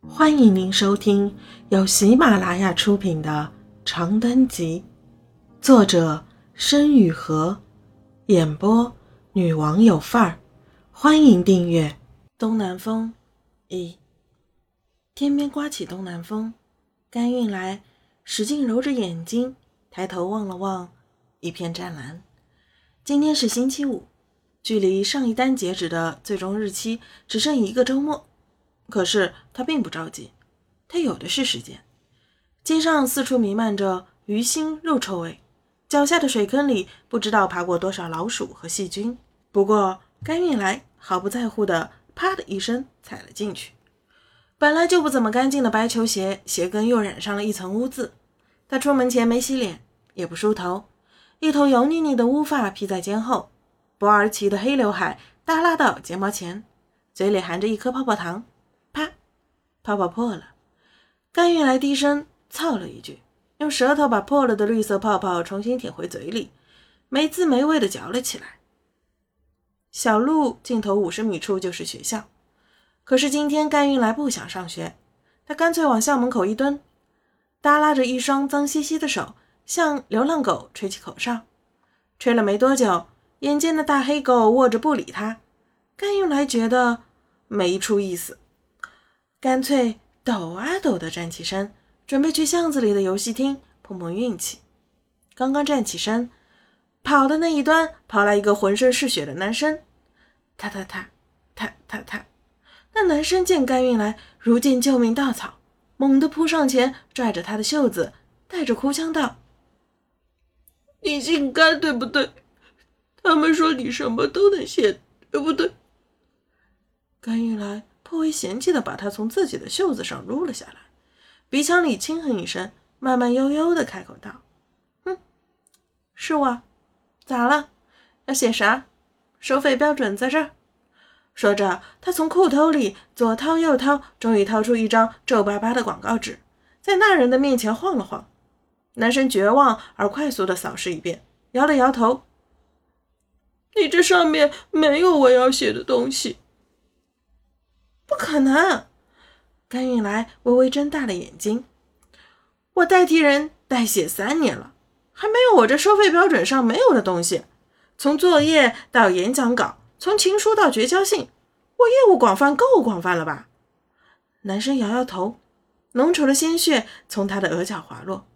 欢迎您收听由喜马拉雅出品的《长灯集》，作者申雨禾，演播女王有范儿。欢迎订阅。东南风一，天边刮起东南风，甘韵来使劲揉着眼睛，抬头望了望一片湛蓝。今天是星期五，距离上一单截止的最终日期只剩一个周末。可是他并不着急，他有的是时间。街上四处弥漫着鱼腥肉臭味，脚下的水坑里不知道爬过多少老鼠和细菌。不过甘韵来毫不在乎的啪的一声踩了进去。本来就不怎么干净的白球鞋，鞋跟又染上了一层污渍。他出门前没洗脸，也不梳头，一头油腻腻的乌发披在肩后，博尔奇的黑刘海耷拉到睫毛前，嘴里含着一颗泡泡糖。啪，泡泡破了。甘韵来低声操了一句，用舌头把破了的绿色泡泡重新舔回嘴里，没滋没味地嚼了起来。小路尽头50米处就是学校，可是今天甘韵来不想上学，他干脆往校门口一蹲，耷拉着一双脏兮兮的手，向流浪狗吹起口哨。吹了没多久，眼尖的大黑狗握着不理他。甘韵来觉得没出意思，干脆抖啊抖地站起身，准备去巷子里的游戏厅碰碰运气。刚刚站起身，跑的那一端跑来一个浑身是血的男生，踏踏踏踏踏踏。那男生见甘韵来如见救命稻草，猛地扑上前，拽着他的袖子，带着哭腔道：你姓甘对不对？他们说你什么都能写，对不对？甘韵来颇为嫌弃地把他从自己的袖子上撸了下来，鼻腔里轻哼一声，慢慢悠悠地开口道：是我。咋了？要写啥？收费标准在这儿。说着，他从裤兜里左掏右掏，终于掏出一张皱巴巴的广告纸，在那人的面前晃了晃。男生绝望而快速地扫视一遍，摇了摇头：你这上面没有我要写的东西。不可能！甘韵来微微睁大了眼睛，我代替人代写3年了，还没有我这收费标准上没有的东西。从作业到演讲稿，从情书到绝交信，我业务广泛够广泛了吧？男生摇摇头，浓稠的鲜血从他的额角滑落。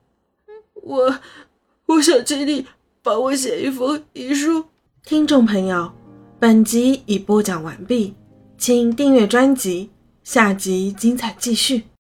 我想请你帮我写一封遗书。听众朋友，本集已播讲完毕，请订阅专辑，下集精彩继续。